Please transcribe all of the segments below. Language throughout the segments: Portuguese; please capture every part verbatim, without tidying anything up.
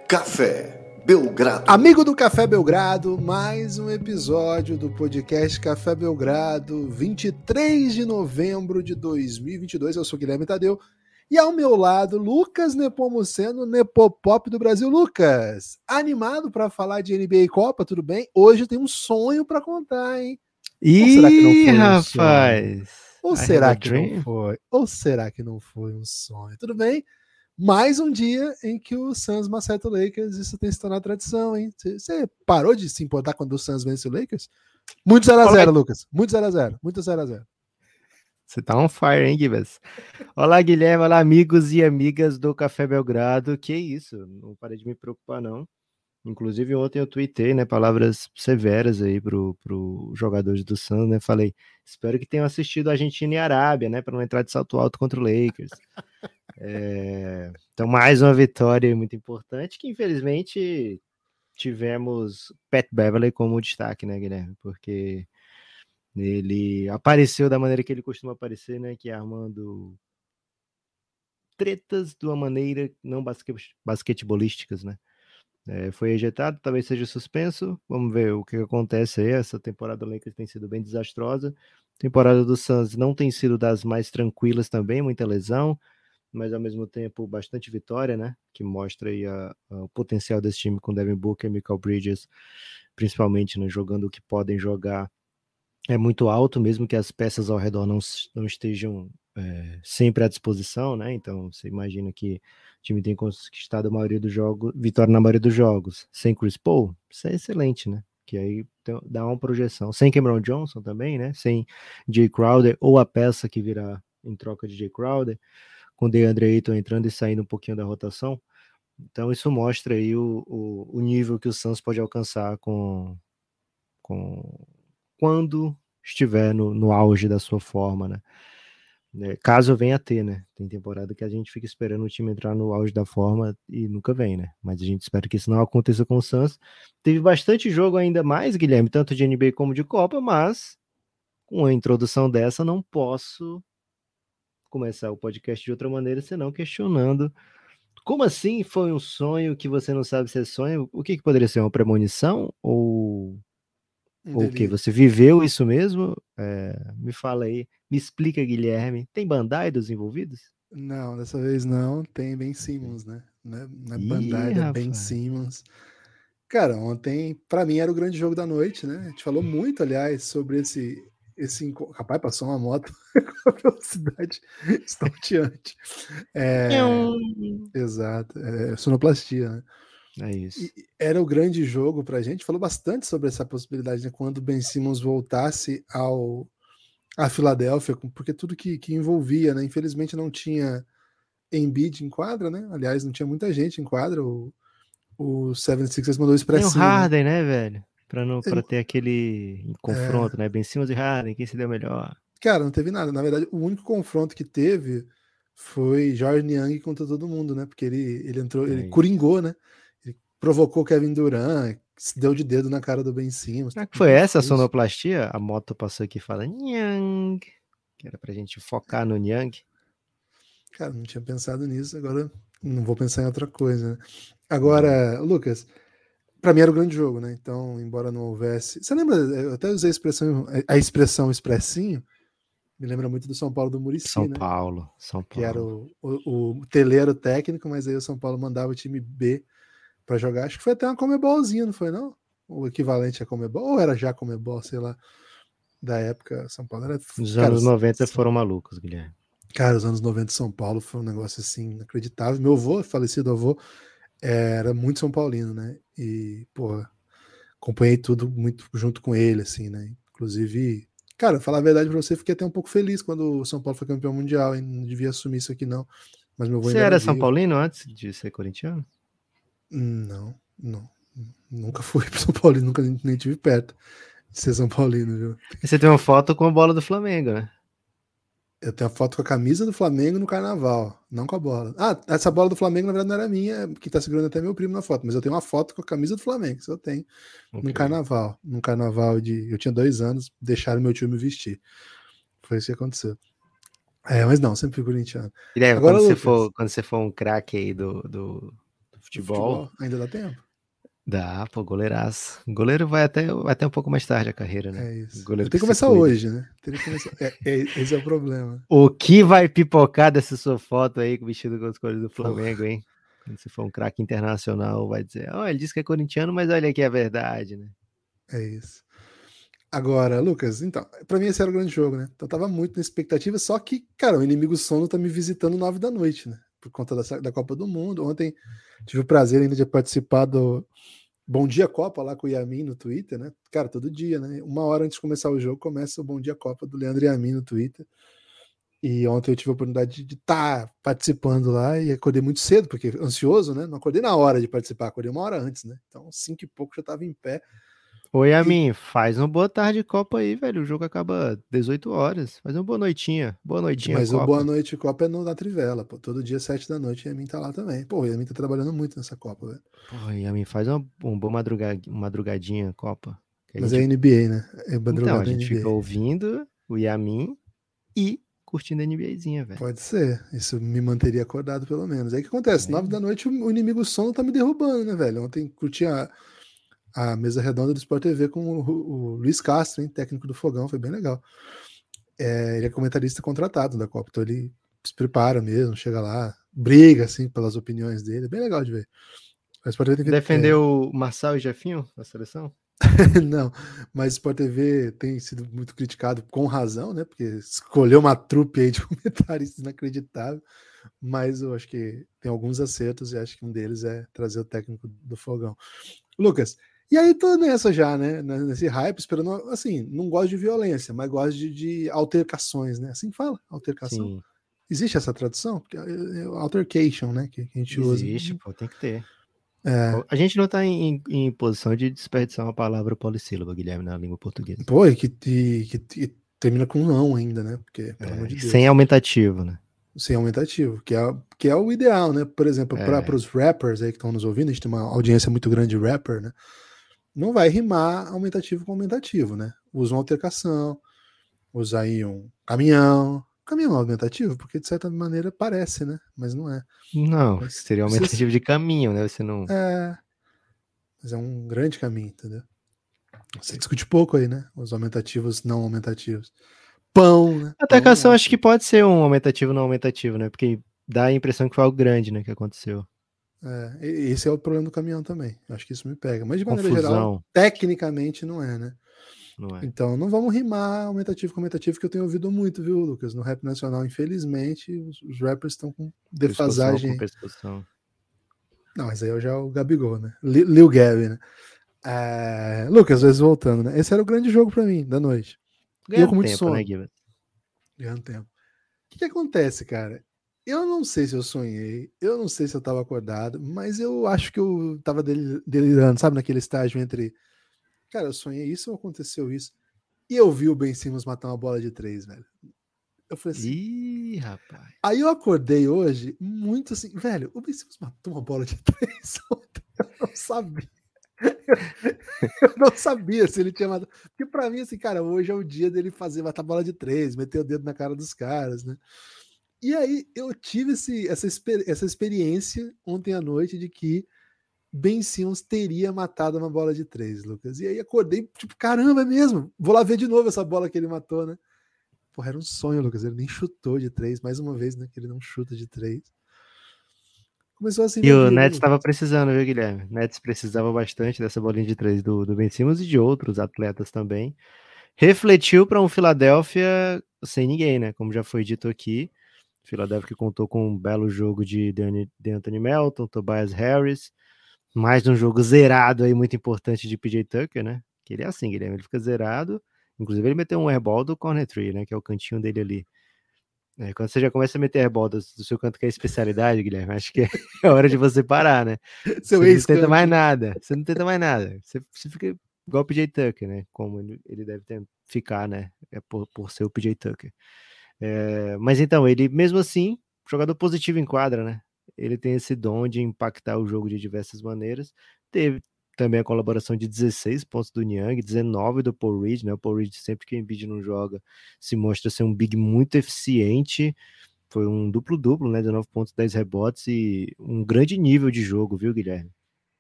Café Belgrado. Amigo do Café Belgrado, mais um episódio do podcast Café Belgrado, vinte e três de novembro de dois mil e vinte e dois. Eu sou Guilherme Tadeu e ao meu lado, Lucas Nepomuceno, Nepopop do Brasil. Lucas, animado para falar de N B A e Copa, tudo bem? Hoje eu tenho um sonho para contar, hein? Ih, Ou será que não foi rapaz! Um Ou I será que dream? não foi? Ou será que não foi um sonho? Tudo bem? Mais um dia em que o Suns maceta o Lakers, isso tem se tornado tradição, hein? Você parou de se importar quando o Suns vence o Lakers? Muito zero a zero, Lucas. Muito zero a zero. Muito zero a zero. Você tá on fire, hein, Gibas? Olá, Guilherme. Olá, amigos e amigas do Café Belgrado. Que isso? Não parei de me preocupar, não. Inclusive, ontem eu tuitei, né, palavras severas aí pro, pro jogadores do Suns, né? Falei, espero que tenham assistido a Argentina e a Arábia, né, para não entrar de salto alto contra o Lakers. É, então, mais uma vitória muito importante, que infelizmente tivemos Pat Beverley como destaque, né, Guilherme? Porque ele apareceu da maneira que ele costuma aparecer, né, que é armando tretas de uma maneira não basque basquetebolísticas, né? É, foi ejetado, talvez seja suspenso. Vamos ver o que acontece aí. Essa temporada do Lakers tem sido bem desastrosa. A temporada do Suns não tem sido das mais tranquilas também, muita lesão, mas ao mesmo tempo bastante vitória, né? Que mostra aí a, a, o potencial desse time com Devin Booker e Mikal Bridges, principalmente, né, jogando o que podem jogar. É muito alto, mesmo que as peças ao redor não, não estejam é, sempre à disposição, né? Então você imagina que o time tem conquistado a maioria dos jogos, vitória na maioria dos jogos, sem Chris Paul, isso é excelente, né? Que aí tem, dá uma projeção. Sem Cameron Johnson também, né? Sem Jay Crowder, ou a peça que virá em troca de Jay Crowder, com o DeAndre Ayton entrando e saindo um pouquinho da rotação. Então isso mostra aí o, o, o nível que o Suns pode alcançar com, com quando estiver no, no auge da sua forma, né? É, caso venha a ter, né? Tem temporada que a gente fica esperando o time entrar no auge da forma e nunca vem, né? Mas a gente espera que isso não aconteça com o Suns. Teve bastante jogo ainda mais, Guilherme, tanto de N B A como de Copa, mas com a introdução dessa não posso começar o podcast de outra maneira, senão questionando como assim foi um sonho que você não sabe se é sonho? O que, que poderia ser? Uma premonição? Ou ou o que? Você viveu isso mesmo? É, me fala aí, me explica, Guilherme. Tem Bandai dos envolvidos? Não, dessa vez não. Tem Ben Simmons, né? Não é, não é Ih, Bandai, é Ben rapaz. Simmons. Cara, ontem, pra mim, era o grande jogo da noite, né? A gente falou muito, aliás, sobre esse. esse enco- Rapaz, passou uma moto com a velocidade estonteante. É, exato, é sonoplastia, né? É isso. E era o grande jogo pra gente. Falou bastante sobre essa possibilidade, né? Quando o Ben Simmons voltasse ao a Filadélfia, porque tudo que, que envolvia, né? Infelizmente não tinha Embiid em quadra, né? Aliás, não tinha muita gente em quadra. O, o setenta e seis mandou o Nem o expressinho, né? Harden, né, velho? Pra, não, pra Ele- ter aquele é, confronto, né? Ben Simmons e Harden, quem se deu melhor? cara, não teve nada. Na verdade, o único confronto que teve foi Jordan Young contra todo mundo, né? Porque ele, ele entrou, ele É isso. coringou, né? Ele provocou Kevin Durant, se deu de dedo na cara do Ben Simmons. Como é que Muito foi essa a difícil. sonoplastia? A moto passou aqui e fala Nyang, que era pra gente focar no Nyang. Cara, não tinha pensado nisso, agora não vou pensar em outra coisa, né? Hum. Agora, Lucas, pra mim era o grande jogo, né? Então, embora não houvesse. Você lembra? Eu até usei a expressão, a expressão expressinho, me lembra muito do São Paulo do Muricy, São né? Paulo, São Que era Paulo. o, o, o Tele era o técnico, mas aí o São Paulo mandava o time B pra jogar. Acho que foi até uma Comebolzinha, não foi, não? O equivalente a Comebol, ou era já Comebol, sei lá, da época. São Paulo era. Nos Cara, anos noventa São- foram malucos, Guilherme. cara, os anos noventa de São Paulo foi um negócio assim inacreditável. Meu avô, falecido avô, era muito São Paulino, né? E, porra, acompanhei tudo muito junto com ele, assim, né? Inclusive, cara, falar a verdade pra você, fiquei até um pouco feliz quando o São Paulo foi campeão mundial, hein? Não devia assumir isso aqui, não. Mas meu avô Você ainda era era São vivo. Paulino antes de ser corintiano? Não, não. Nunca fui pro São Paulo, nunca nem, nem tive perto de ser São Paulino, viu? E você tem uma foto com a bola do Flamengo, né? Eu tenho a foto com a camisa do Flamengo no carnaval, não com a bola. Ah, essa bola do Flamengo, na verdade, não era minha, que tá segurando até meu primo na foto, mas eu tenho uma foto com a camisa do Flamengo, isso eu tenho, Okay. num carnaval. Num carnaval de. Eu tinha dois anos, deixaram meu tio me vestir. Foi isso que aconteceu. É, mas não, sempre fui corintiano. Guilherme, Agora, quando você Lucas. for, quando você for um craque aí do, do, do futebol. futebol. Ainda dá tempo? Dá, pô, goleiraço. O goleiro vai até, vai até um pouco mais tarde a carreira, né? É isso. Goleiro Eu tenho que que se começar cuida. hoje, né? Teria que começar... é, é, esse é o problema. O que vai pipocar dessa sua foto aí, vestido com as cores do Flamengo, hein? Quando você for um craque internacional, vai dizer, ó, oh, ele disse que é corintiano, mas olha aqui a verdade, né? É isso. Agora, Lucas, então, pra mim esse era o grande jogo, né? Então eu tava muito na expectativa, só que, cara, o inimigo sono tá me visitando nove da noite, né? Por conta da, da Copa do Mundo. Ontem tive o prazer ainda de participar do Bom Dia Copa lá com o Yamin no Twitter, né? Cara, todo dia, né? Uma hora antes de começar o jogo, começa o Bom Dia Copa do Leandro Yamin no Twitter. E ontem eu tive a oportunidade de estar tá participando lá e acordei muito cedo, porque ansioso, né? Não acordei na hora de participar, acordei uma hora antes, né? Então, cinco e pouco já tava em pé. Oi, Amin, faz uma boa tarde Copa aí, velho. O jogo acaba dezoito horas. Faz uma boa noitinha. Boa noitinha, Mas Copa. o Boa Noite Copa é no, na Trivela, pô. Todo dia, sete da noite, o Yamin tá lá também. Pô, o Yamin tá trabalhando muito nessa Copa, velho. Porra, Yamin, faz uma, uma boa madruga, madrugadinha, Copa. Que a Mas gente... é N B A, né? É Então, a madrugada gente N B A. fica ouvindo o Yamin e curtindo a NBAzinha, velho. Pode ser. Isso me manteria acordado, pelo menos. Aí o que acontece? É. Nove da noite, o inimigo sono tá me derrubando, né, velho? Ontem curti a, a mesa redonda do Sport T V com o, o Luiz Castro, hein, técnico do Fogão, foi bem legal. É, ele é comentarista contratado da Copa, então ele se prepara mesmo, chega lá, briga, assim, pelas opiniões dele. É bem legal de ver. O Sport T V tem que, Defendeu é... Marçal e Jefinho na seleção? Não, mas o Sport T V tem sido muito criticado com razão, né? Porque escolheu uma trupe aí de comentaristas inacreditável. Mas eu acho que tem alguns acertos e acho que um deles é trazer o técnico do Fogão. Lucas, e aí tô nessa já, né? Nesse hype, esperando, assim, não gosto de violência, mas gosto de, de altercações, né? Assim que fala, altercação. Sim. Existe essa tradução? Altercation, né? Que, que a gente Existe, usa. Existe, pô, tem que ter. É. A gente não está em, em posição de desperdiçar uma palavra polissílaba, Guilherme, na língua portuguesa. Pô, e que, que, que, que termina com não ainda, né? Porque, pelo é, amor de Deus. Sem aumentativo, né? Sem aumentativo, que é, que é o ideal, né? Por exemplo, é. para os rappers aí que estão nos ouvindo, a gente tem uma audiência muito grande de rapper, né? Não vai rimar aumentativo com aumentativo, né? Usa uma altercação, usa aí um caminhão. Caminhão é aumentativo, porque de certa maneira parece, né? Mas não é. Não, mas seria aumentativo você... de caminho, né? Você não. É. Mas é um grande caminho, entendeu? Você discute pouco aí, né? Os aumentativos não aumentativos. Pão, né? A altercação acho que pode ser um aumentativo não aumentativo, né? Porque dá a impressão que foi algo grande, né? Que aconteceu. É, esse é o problema do caminhão também. Eu acho que isso me pega. Mas de maneira Confusão. geral, tecnicamente não é, né? Não é. Então não vamos rimar aumentativo com aumentativo, que eu tenho ouvido muito, viu, Lucas? No rap nacional, infelizmente, os, os rappers estão com defasagem. Com persecução. Não, mas aí é já o Gabigol, né? Lil Gabi, né? É... Lucas, às vezes voltando, né? Esse era o grande jogo pra mim, da noite. Ganhando eu com muito tempo, sono. né, Guilherme? Ganhando tempo. O que, que acontece, cara? Eu não sei se eu sonhei, eu não sei se eu tava acordado, mas eu acho que eu tava delirando, sabe? Naquele estágio entre, cara, eu sonhei isso ou aconteceu isso? E eu vi o Ben Simmons matar uma bola de três, velho. Eu falei assim... Ih, rapaz. Aí eu acordei hoje muito assim, velho, o Ben Simmons matou uma bola de três ontem, eu não sabia. Eu não sabia se ele tinha matado. Porque pra mim, assim, cara, hoje é o dia dele fazer, matar bola de três, meter o dedo na cara dos caras, né? E aí eu tive esse, essa, essa experiência ontem à noite de que Ben Simmons teria matado uma bola de três, Lucas. E aí acordei, tipo, caramba, é mesmo. Vou lá ver de novo essa bola que ele matou, né? Porra, era um sonho, Lucas. Ele nem chutou de três, mais uma vez, né? Que ele não chuta de três. Começou assim. E o Nets estava precisando, viu, Guilherme? O Nets precisava bastante dessa bolinha de três do, do Ben Simmons e de outros atletas também. Refletiu para um Philadelphia sem ninguém, né? Como já foi dito aqui. Philadelphia que contou com um belo jogo de Anthony Melton, Tobias Harris, mais um jogo zerado aí, muito importante de P J Tucker, né? Que ele é assim, Guilherme, ele fica zerado. Inclusive ele meteu um airball do corner three, né? Que é o cantinho dele ali. É, quando você já começa a meter airball do, do seu canto que é especialidade, Guilherme, acho que é hora de você parar, né? Seu você não tenta mais nada, você não tenta mais nada. Você, você fica igual o P J Tucker, né? Como ele, ele deve ter, ficar, né? É por, por ser o P J Tucker. É, mas então, ele mesmo assim, jogador positivo em quadra, né? Ele tem esse dom de impactar o jogo de diversas maneiras. Teve também a colaboração de dezesseis pontos do Niang, dezenove do Paul Reed, né? O Paul Reed, sempre que o Embiid não joga, se mostra ser um big muito eficiente. foi um duplo-duplo, né? dezenove pontos, dez rebotes e um grande nível de jogo, viu, Guilherme?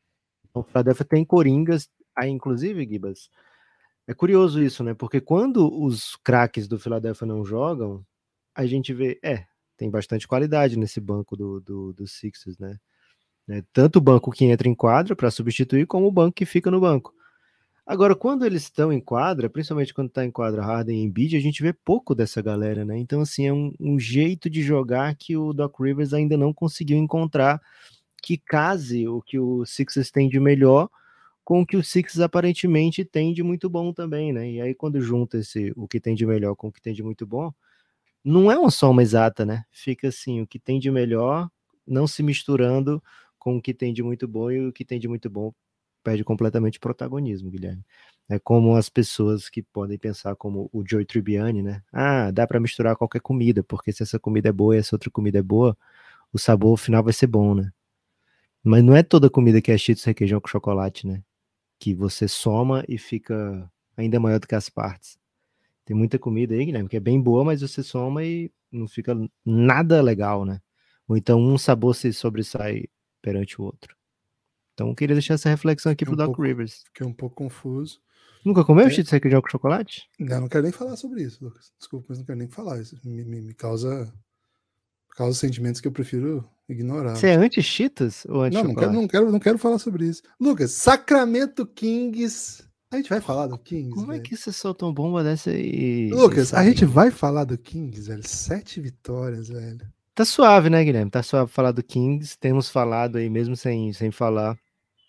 O Philadelphia tem coringas, aí inclusive, Gibas, é curioso isso, né? Porque quando os craques do Philadelphia não jogam, a gente vê, é, tem bastante qualidade nesse banco do, do, do Sixers, né? né? Tanto o banco que entra em quadra para substituir, como o banco que fica no banco. Agora, quando eles estão em quadra, principalmente quando está em quadra Harden e Embiid, a gente vê pouco dessa galera, né? Então, assim, é um, um jeito de jogar que o Doc Rivers ainda não conseguiu encontrar que case o que o Sixers tem de melhor com o que o Sixers aparentemente tem de muito bom também, né? E aí, quando junta esse, o que tem de melhor com o que tem de muito bom, não é uma soma exata, né? Fica assim, o que tem de melhor não se misturando com o que tem de muito bom, e o que tem de muito bom perde completamente protagonismo, Guilherme. É como as pessoas que podem pensar como o Joey Tribbiani, né? Ah, dá para misturar qualquer comida, porque se essa comida é boa e essa outra comida é boa, o sabor final vai ser bom, né? Mas não é toda comida que é Cheetos, requeijão com chocolate, né? Que você soma e fica ainda maior do que as partes. Tem muita comida aí, Guilherme, que é bem boa, mas você soma e não fica nada legal, né? Ou então um sabor se sobressai perante o outro. Então eu queria deixar essa reflexão aqui Fiquei pro um Doc pouco, Rivers. fiquei um pouco confuso. Nunca comeu É. Cheetos requeijão com chocolate? Não, não quero nem falar sobre isso, Lucas. Desculpa, mas não quero nem falar. Isso me, me, me causa, causa sentimentos que eu prefiro ignorar. Você é anti-Cheetos ou Não, não quero, anti-chocolate? não, quero, não quero falar sobre isso. Lucas, Sacramento Kings. A gente vai falar do Kings, Como velho. é que você solta uma bomba dessa e, e Lucas, a sai? gente vai falar do Kings, velho. Sete vitórias, velho. Tá suave, né, Guilherme? Tá suave falar do Kings. Temos falado aí mesmo sem, sem falar.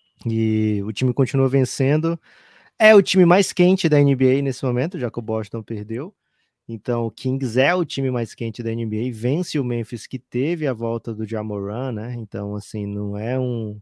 E o time continua vencendo. É o time mais quente da N B A nesse momento, já que o Boston perdeu. Então, o Kings é o time mais quente da N B A, vence o Memphis, que teve a volta do Ja Morant, né? Então, assim, não é um...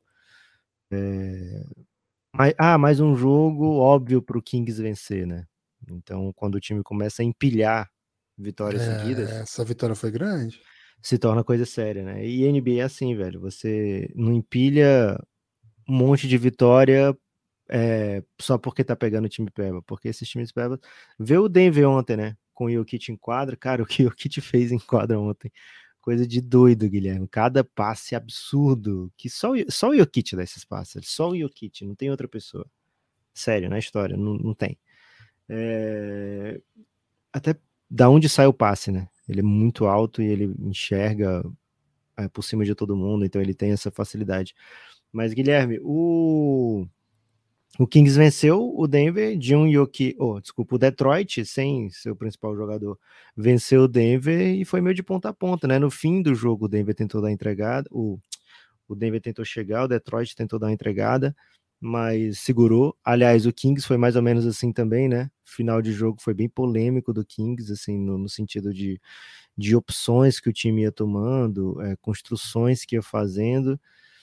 É... Ah, mais um jogo óbvio para o Kings vencer, né? Então, quando o time começa a empilhar vitórias seguidas, É, essa vitória foi grande. se torna coisa séria, né? E N B A é assim, velho, você não empilha um monte de vitória é, só porque tá pegando o time peba, porque esses times peba... Vê o Denver ontem, né? Com o Jokic em quadra, cara, o que o Jokic fez em quadra ontem, coisa de doido, Guilherme. Cada passe absurdo, que só, só o Jokic dá esses passes, só o Jokic, não tem outra pessoa. Sério, na história, não, não tem. É... Até da onde sai o passe, né? Ele é muito alto e ele enxerga é, por cima de todo mundo, então ele tem essa facilidade. Mas, Guilherme, o... O Kings venceu o Denver de um Yoki, oh, desculpa, o Detroit, sem seu principal jogador, venceu o Denver e foi meio de ponta a ponta, né? No fim do jogo, o Denver tentou dar a entregada, o, o Denver tentou chegar, o Detroit tentou dar a entregada, mas segurou. Aliás, o Kings foi mais ou menos assim também, né? Final de jogo foi bem polêmico do Kings, assim, no, no sentido de, de opções que o time ia tomando, é, construções que ia fazendo,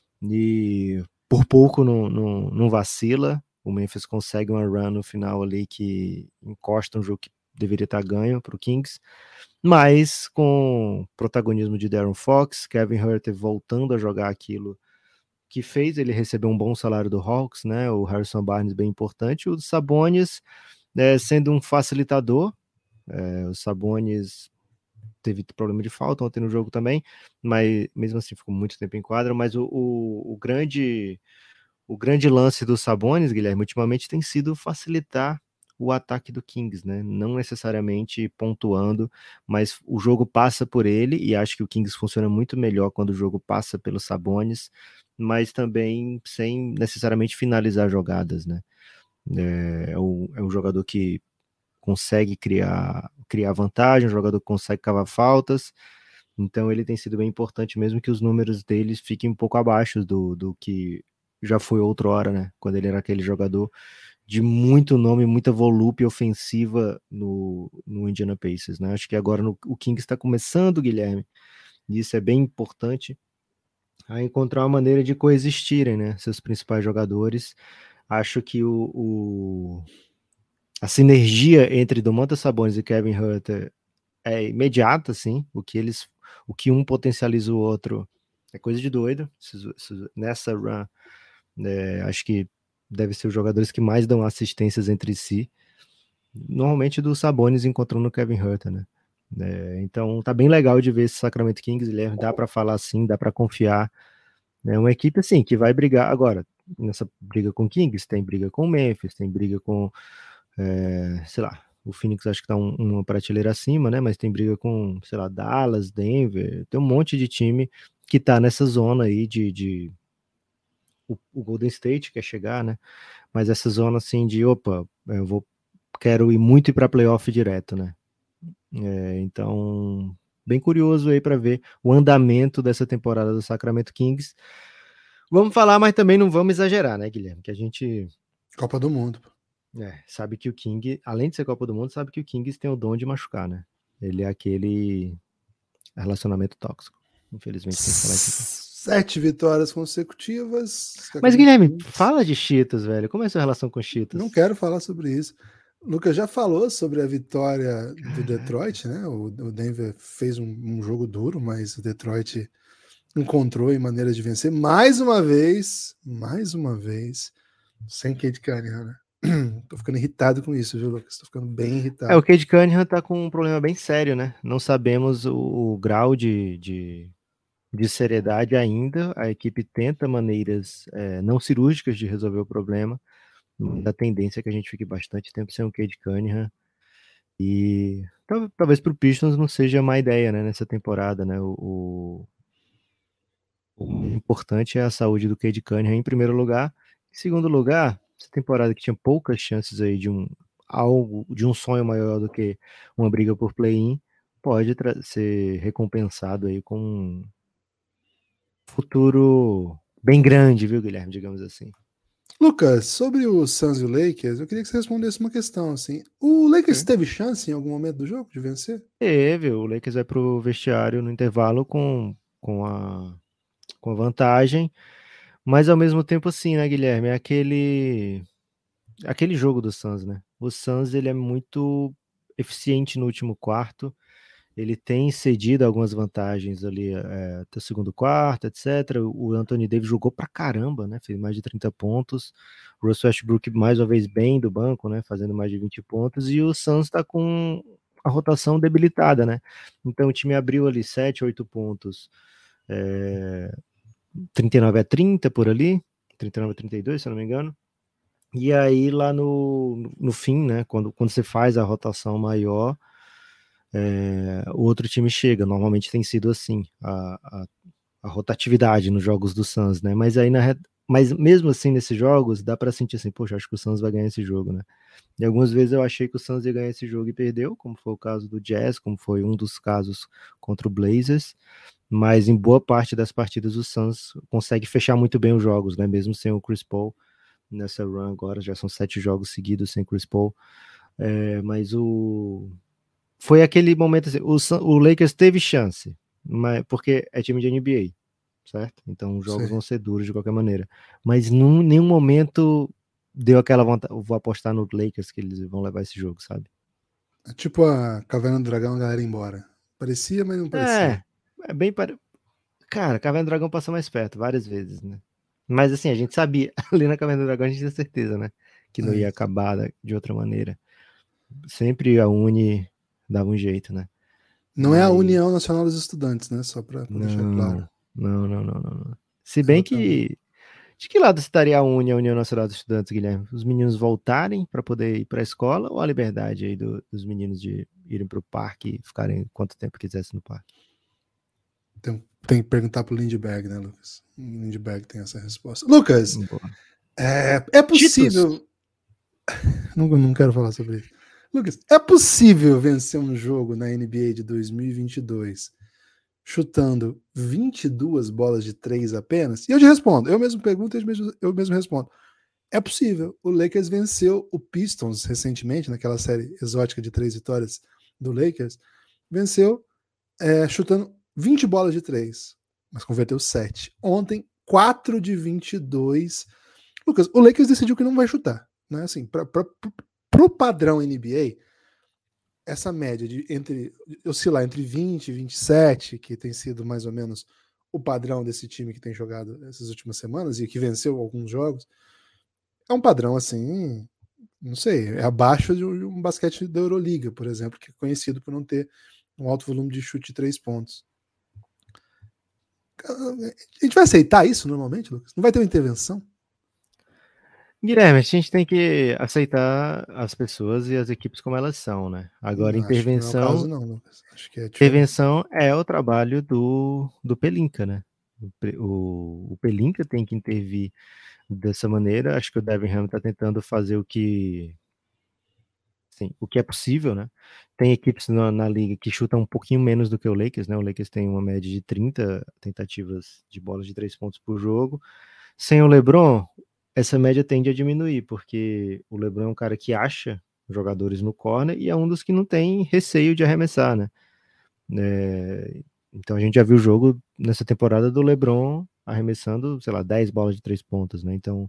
e por pouco não, não, não vacila. O Memphis consegue uma run no final ali que encosta um jogo que deveria estar ganho para o Kings, mas com protagonismo de De'Aaron Fox, Kevin Huerter voltando a jogar aquilo que fez ele receber um bom salário do Hawks, né? O Harrison Barnes bem importante, o Sabonis é, sendo um facilitador. É, o Sabonis teve problema de falta ontem no jogo também, mas mesmo assim ficou muito tempo em quadra, mas o, o, o grande o grande lance dos Sabonis, Guilherme, ultimamente tem sido facilitar o ataque do Kings, né? Não necessariamente pontuando, mas o jogo passa por ele, e acho que o Kings funciona muito melhor quando o jogo passa pelos Sabonis, mas também sem necessariamente finalizar jogadas, né? É, é, o, é um jogador que consegue criar, criar vantagem, um jogador que consegue cavar faltas, então ele tem sido bem importante, mesmo que os números deles fiquem um pouco abaixo do, do que já foi outrora, né? Quando ele era aquele jogador de muito nome, muita volúpia ofensiva no, no Indiana Pacers, né? Acho que agora no, o Kings está começando, Guilherme, e isso é bem importante, a encontrar uma maneira de coexistirem, né? Seus principais jogadores. Acho que o, o a sinergia entre Domantas Sabonis e Kevin Huerter é imediata, assim, o que eles, o que um potencializa o outro é coisa de doido. Nessa run, é, acho que deve ser os jogadores que mais dão assistências entre si, normalmente do Sabonis encontrando o Kevin Huerter, né? É, então tá bem legal de ver esse Sacramento Kings, Guilherme, dá para falar assim, dá para confiar. É uma equipe assim que vai brigar agora. Nessa briga com Kings, tem briga com Memphis, tem briga com, é, sei lá, o Phoenix acho que tá um, uma prateleira acima, né? Mas tem briga com, sei lá, Dallas, Denver, tem um monte de time que tá nessa zona aí de, de... O, o Golden State quer chegar, né? Mas essa zona assim de, opa, eu vou, quero ir muito para playoff direto, né? É, então, bem curioso aí para ver o andamento dessa temporada do Sacramento Kings. Vamos falar, mas também não vamos exagerar, né, Guilherme? Que a gente... Copa do Mundo. É, sabe que o King, além de ser Copa do Mundo, sabe que o Kings tem o dom de machucar, né? Ele é aquele relacionamento tóxico. Infelizmente tem que falar isso. Sete vitórias consecutivas. Mas, Guilherme, fala de Cheetos, velho. Como é a sua relação com Cheetos? Não quero falar sobre isso. O Lucas já falou sobre a vitória do Caraca. Detroit, né? O, o Denver fez um, um jogo duro, mas o Detroit encontrou em maneiras de vencer. Mais uma vez, mais uma vez, sem Cade Cunningham, né? Tô ficando irritado com isso, viu, Lucas? Tô ficando bem irritado. É, o Cade Cunningham tá com um problema bem sério, né? Não sabemos o, o grau de, de, de seriedade ainda. A equipe tenta maneiras é, não cirúrgicas de resolver o problema. Da tendência é que a gente fique bastante tempo sem o Cade Cunningham. E talvez para o Pistons não seja má ideia, né? Nessa temporada, né? O, o, o importante é a saúde do Cade Cunningham em primeiro lugar. Em segundo lugar, essa temporada que tinha poucas chances aí de um algo, de um sonho maior do que uma briga por play-in, pode ser recompensado aí com um futuro bem grande, viu, Guilherme, digamos assim. Lucas, sobre o Suns e o Lakers, eu queria que você respondesse uma questão, assim. O Lakers é. teve chance em algum momento do jogo de vencer? Teve, o Lakers vai pro vestiário no intervalo com, com, a, com a vantagem, mas ao mesmo tempo assim, né, Guilherme, é aquele... aquele jogo do Suns, né? O Suns, ele é muito eficiente no último quarto, ele tem cedido algumas vantagens ali é, até o segundo quarto, etcétera. O Anthony Davis jogou pra caramba, né? Fez mais de trinta pontos. O Russell Westbrook mais uma vez bem do banco, né? Fazendo mais de vinte pontos. E o Suns tá com a rotação debilitada, né? Então o time abriu ali sete, oito pontos. É, trinta e nove a trinta por ali. trinta e nove a trinta e dois, se eu não me engano. E aí lá no, no fim, né, quando, quando você faz a rotação maior, é, o outro time chega. Normalmente tem sido assim, a, a, a rotatividade nos jogos do Suns, né? Mas aí na mas mesmo assim nesses jogos dá para sentir assim, poxa, acho que o Suns vai ganhar esse jogo, né? E algumas vezes eu achei que o Suns ia ganhar esse jogo e perdeu, como foi o caso do Jazz, como foi um dos casos contra o Blazers. Mas em boa parte das partidas o Suns consegue fechar muito bem os jogos, né? Mesmo sem o Chris Paul. Nessa run agora, já são sete jogos seguidos sem Chris Paul, é, mas o foi aquele momento assim, o, o Lakers teve chance, mas, porque é time de N B A, certo? Então os jogos Sim. vão ser duros de qualquer maneira, mas em nenhum momento deu aquela vontade, vou apostar no Lakers que eles vão levar esse jogo, sabe? É tipo a Caverna do Dragão, a galera ir embora. Parecia, mas não parecia. É, é bem pare... Cara, Caverna do Dragão passou mais perto, várias vezes, né? Mas assim, a gente sabia, ali na Caverna do Dragão a gente tinha certeza, né? Que não é ia acabar de outra maneira. Sempre a Uni dava um jeito, né? Não Mas... é a União Nacional dos Estudantes, né? Só para deixar claro. Não, não, não, não, não. Se bem que... De que lado estaria a Uni, a União Nacional dos Estudantes, Guilherme? Os meninos voltarem para poder ir para a escola ou a liberdade aí do, dos meninos de irem para o parque e ficarem quanto tempo quisessem no parque? Tem, tem que perguntar pro Lindbergh, né, Lucas? O Lindbergh tem essa resposta. Lucas, é, é possível... não, não quero falar sobre isso. Lucas, é possível vencer um jogo na N B A de dois mil e vinte e dois chutando vinte e duas bolas de três apenas? E eu te respondo. Eu mesmo pergunto e eu mesmo, eu mesmo respondo. É possível. O Lakers venceu o Pistons recentemente, naquela série exótica de três vitórias do Lakers. Venceu é, chutando vinte bolas de três, mas converteu sete. Ontem, quatro de vinte e dois. Lucas, o Lakers decidiu que não vai chutar. Né? Assim, para o padrão N B A, essa média de entre oscilar entre vinte e vinte e sete, que tem sido mais ou menos o padrão desse time que tem jogado essas últimas semanas e que venceu alguns jogos, é um padrão assim, não sei, é abaixo de um basquete da Euroliga, por exemplo, que é conhecido por não ter um alto volume de chute de três pontos. A gente vai aceitar isso normalmente, Lucas? Não vai ter uma intervenção? Guilherme, a gente tem que aceitar as pessoas e as equipes como elas são, né? Agora, Não, acho que não é o caso, intervenção, não, Lucas. Acho que é diferente. intervenção é o trabalho do, do Pelinka, né? O, Pe- o, o Pelinka tem que intervir dessa maneira. Acho que o Devin Ham está tentando fazer o que, sim, o que é possível, né? Tem equipes na, na liga que chutam um pouquinho menos do que o Lakers, né? O Lakers tem uma média de trinta tentativas de bolas de três pontos por jogo. Sem o LeBron, essa média tende a diminuir, porque o LeBron é um cara que acha jogadores no corner e é um dos que não tem receio de arremessar, né? É, então a gente já viu o jogo nessa temporada do LeBron arremessando, sei lá, dez bolas de três pontos, né? Então,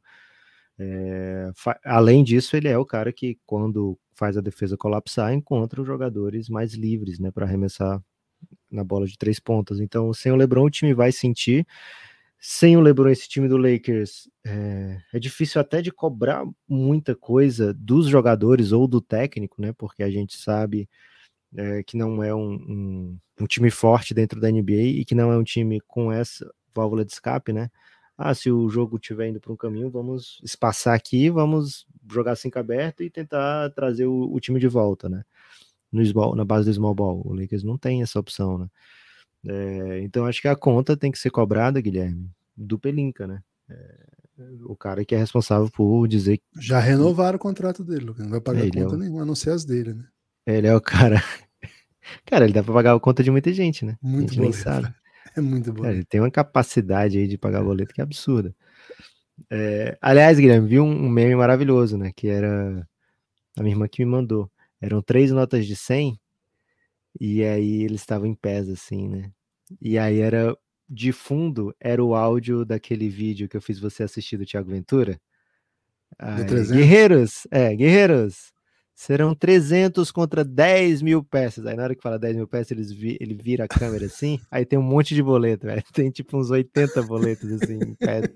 é, além disso, ele é o cara que, quando faz a defesa colapsar, encontra os jogadores mais livres, né, para arremessar na bola de três pontos. Então, sem o LeBron, o time vai sentir. Sem o LeBron, esse time do Lakers é, é difícil até de cobrar muita coisa dos jogadores ou do técnico, né? Porque a gente sabe é, que não é um, um, um time forte dentro da N B A e que não é um time com essa válvula de escape, né? Ah, se o jogo estiver indo para um caminho, vamos espaçar aqui, vamos jogar cinco aberto e tentar trazer o, o time de volta, né? No small, na base do small ball. O Lakers não tem essa opção, né? É, então acho que a conta tem que ser cobrada, Guilherme, do Pelinka, né? É, o cara que é responsável por dizer que Já renovaram o contrato dele, Lucas. Não vai pagar ele é, conta o, nenhuma, a não ser as dele, né? ele é o cara. Cara, ele dá pra pagar a conta de muita gente, né? A Muito gente nem boleto, sabe. velho. É muito Cara, ele boleto. tem uma capacidade aí de pagar boleto que é absurda. É, aliás, Guilherme, vi um, um meme maravilhoso, né? Que era a minha irmã que me mandou. Eram três notas de cem e aí eles estavam em pés, assim, né? E aí era de fundo, era o áudio daquele vídeo que eu fiz você assistir do Thiago Ventura. Do Aí, trezentos? guerreiros, é, guerreiros, serão trezentos contra dez mil peças. Aí na hora que fala dez mil peças, eles vi, ele vira a câmera assim, aí tem um monte de boleto, velho. Tem tipo uns oitenta boletos assim, em pé.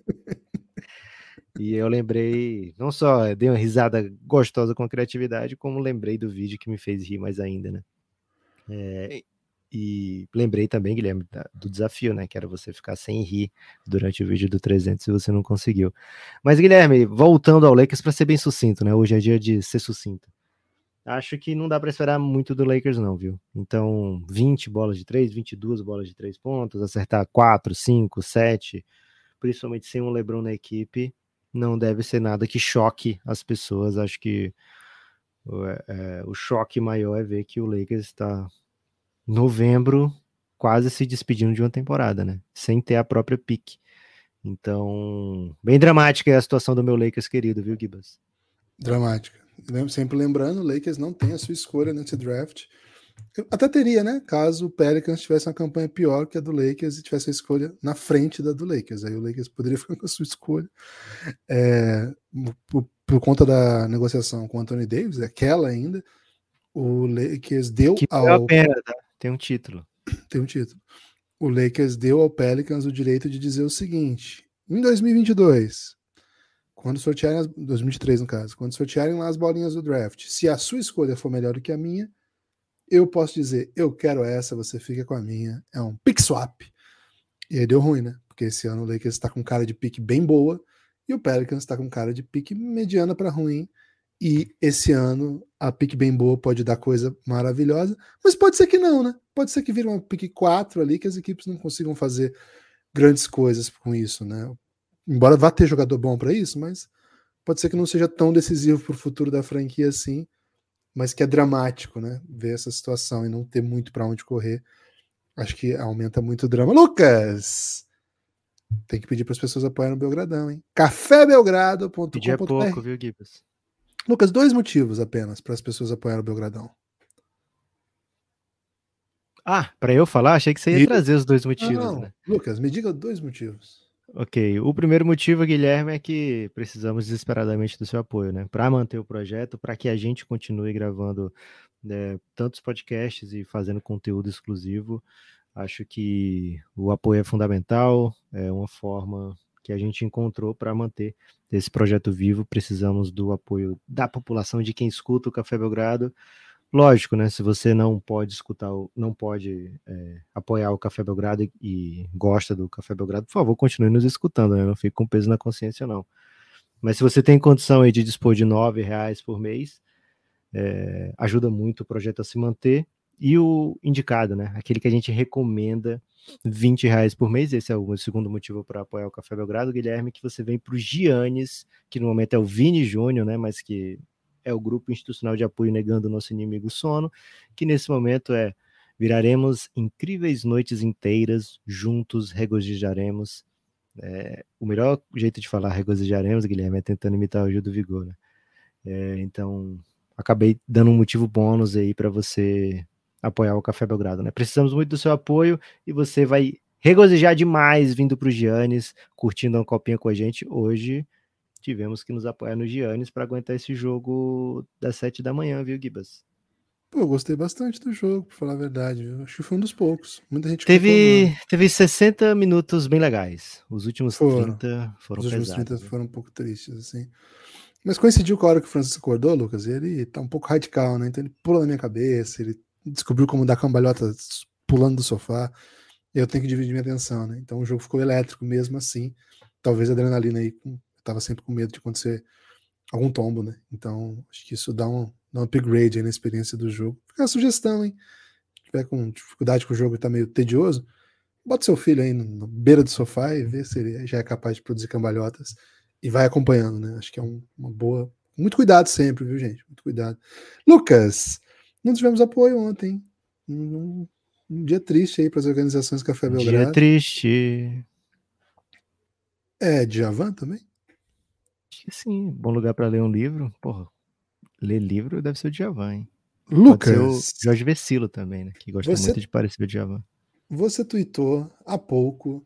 E eu lembrei, não só dei uma risada gostosa com a criatividade, como lembrei do vídeo que me fez rir mais ainda, né? É, e lembrei também, Guilherme, do desafio, né? Que era você ficar sem rir durante o vídeo do trezentos se você não conseguiu. Mas, Guilherme, voltando ao Lakers, para ser bem sucinto, né? Hoje é dia de ser sucinto. Acho que não dá para esperar muito do Lakers, não, viu? Então, vinte bolas de três, vinte e duas bolas de três pontos, acertar quatro, cinco, sete, principalmente sem um LeBron na equipe, não deve ser nada que choque as pessoas. Acho que é, é, o choque maior é ver que o Lakers está novembro quase se despedindo de uma temporada, né? Sem ter a própria pique. Então, bem dramática é a situação do meu Lakers querido, viu, Gibas? Dramática. Sempre lembrando, o Lakers não tem a sua escolha nesse draft. Até teria, né? Caso o Pelicans tivesse uma campanha pior que a do Lakers e tivesse a escolha na frente da do Lakers. Aí o Lakers poderia ficar com a sua escolha. É, por, por conta da negociação com o Anthony Davis, aquela ainda, o Lakers deu Que ao. valeu a pena, tá? Tem um título. Tem um título. O Lakers deu ao Pelicans o direito de dizer o seguinte: em dois mil e vinte e dois, quando sortearem, as, dois mil e vinte e três no caso, quando sortearem lá as bolinhas do draft, se a sua escolha for melhor do que a minha, eu posso dizer, eu quero essa, você fica com a minha. É um pick swap. E aí deu ruim, né? Porque esse ano o Lakers está com cara de pick bem boa e o Pelicans está com cara de pick mediana para ruim. E esse ano a pick bem boa pode dar coisa maravilhosa, mas pode ser que não, né? Pode ser que vire uma pick quatro ali, que as equipes não consigam fazer grandes coisas com isso, né? Embora vá ter jogador bom para isso, mas pode ser que não seja tão decisivo para o futuro da franquia assim, mas que é dramático, né? Ver essa situação e não ter muito para onde correr. Acho que aumenta muito o drama. Lucas! Tem que pedir para as pessoas apoiarem o Belgradão, hein? café belgrado ponto Pedir com é ponto b r. pouco, viu, Gibas? Lucas, dois motivos apenas para as pessoas apoiarem o Belgradão. Ah, para eu falar, achei que você ia E... trazer os dois motivos, Não, né? Lucas, me diga dois motivos. Ok, o primeiro motivo, Guilherme, é que precisamos desesperadamente do seu apoio, né? Para manter o projeto, para que a gente continue gravando né, tantos podcasts e fazendo conteúdo exclusivo. Acho que o apoio é fundamental, é uma forma que a gente encontrou para manter esse projeto vivo. Precisamos do apoio da população, de quem escuta o Café Belgrado, Lógico, né? Se você não pode escutar, o, não pode é, apoiar o Café Belgrado e, e gosta do Café Belgrado, por favor, continue nos escutando, né? Não fique com peso na consciência, não. Mas se você tem condição aí de dispor de nove reais por mês, é, ajuda muito o projeto a se manter. E o indicado, né? Aquele que a gente recomenda, vinte reais por mês. Esse é o segundo motivo para apoiar o Café Belgrado, Guilherme, que você vem para o Giannis, que no momento é o Vini Júnior, né? Mas que é o grupo institucional de apoio negando o nosso inimigo sono, que nesse momento é viraremos incríveis noites inteiras, juntos regozijaremos. É, o melhor jeito de falar regozijaremos, Guilherme, é tentando imitar o Gil do Vigor, né? É, então, acabei dando um motivo bônus aí para você apoiar o Café Belgrado, né? Precisamos muito do seu apoio e você vai regozijar demais vindo para o Giannis, curtindo uma copinha com a gente. Hoje tivemos que nos apoiar no Giannis para aguentar esse jogo das sete da manhã, viu, Gibas? Pô, eu gostei bastante do jogo, pra falar a verdade. Eu acho que foi um dos poucos. Muita gente teve, teve sessenta minutos bem legais. Os últimos foram. trinta foram Os últimos pesados. trinta né? foram um pouco tristes, assim. Mas coincidiu com a hora que o Francis acordou, Lucas, e ele tá um pouco radical, né? Então ele pula na minha cabeça, ele descobriu como dar cambalhota pulando do sofá. Eu tenho que dividir minha atenção, né? Então o jogo ficou elétrico mesmo assim. Talvez a adrenalina aí, eu tava sempre com medo de acontecer algum tombo, né? Então acho que isso dá um, dá um upgrade aí na experiência do jogo. Fica a sugestão, hein? Se tiver com dificuldade com o jogo e tá meio tedioso, bota seu filho aí na beira do sofá e vê se ele já é capaz de produzir cambalhotas e vai acompanhando, né? Acho que é um, uma boa. Muito cuidado sempre, viu, gente? Muito cuidado. Lucas, não tivemos apoio ontem. Um, um dia triste aí para as organizações Café Belgrado. Dia triste. É Djavan também? Acho que sim, bom lugar para ler um livro. Porra, ler livro deve ser o Djavan, hein? Lucas, pode ser o Jorge Vecilo também, né? Que gosta você, muito de parecer o Djavan. Você tweetou há pouco,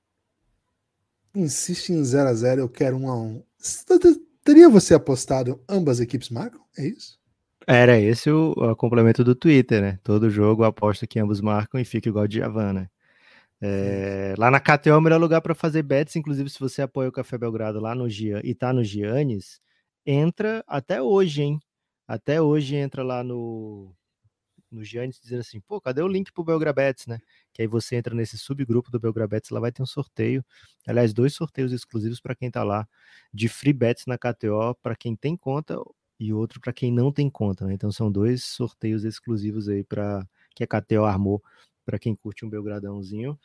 insiste em zero a zero, eu quero um a um. Teria você apostado ambas equipes marcam? É isso? Era esse o, o complemento do Twitter, né? Todo jogo aposta que ambos marcam e fica igual o Djavan, né? É, lá na K T O é o melhor lugar para fazer bets, inclusive se você apoia o Café Belgrado lá no Gian e tá no Giannis, entra até hoje, hein? Até hoje entra lá no, no Giannis dizendo assim, pô, cadê o link pro Belgrabets, né? Que aí você entra nesse subgrupo do Belgrabets, lá vai ter um sorteio, aliás, dois sorteios exclusivos para quem tá lá, de free bets na K T O, para quem tem conta e outro para quem não tem conta, né? Então são dois sorteios exclusivos aí para que a K T O armou para quem curte um Belgradãozinho.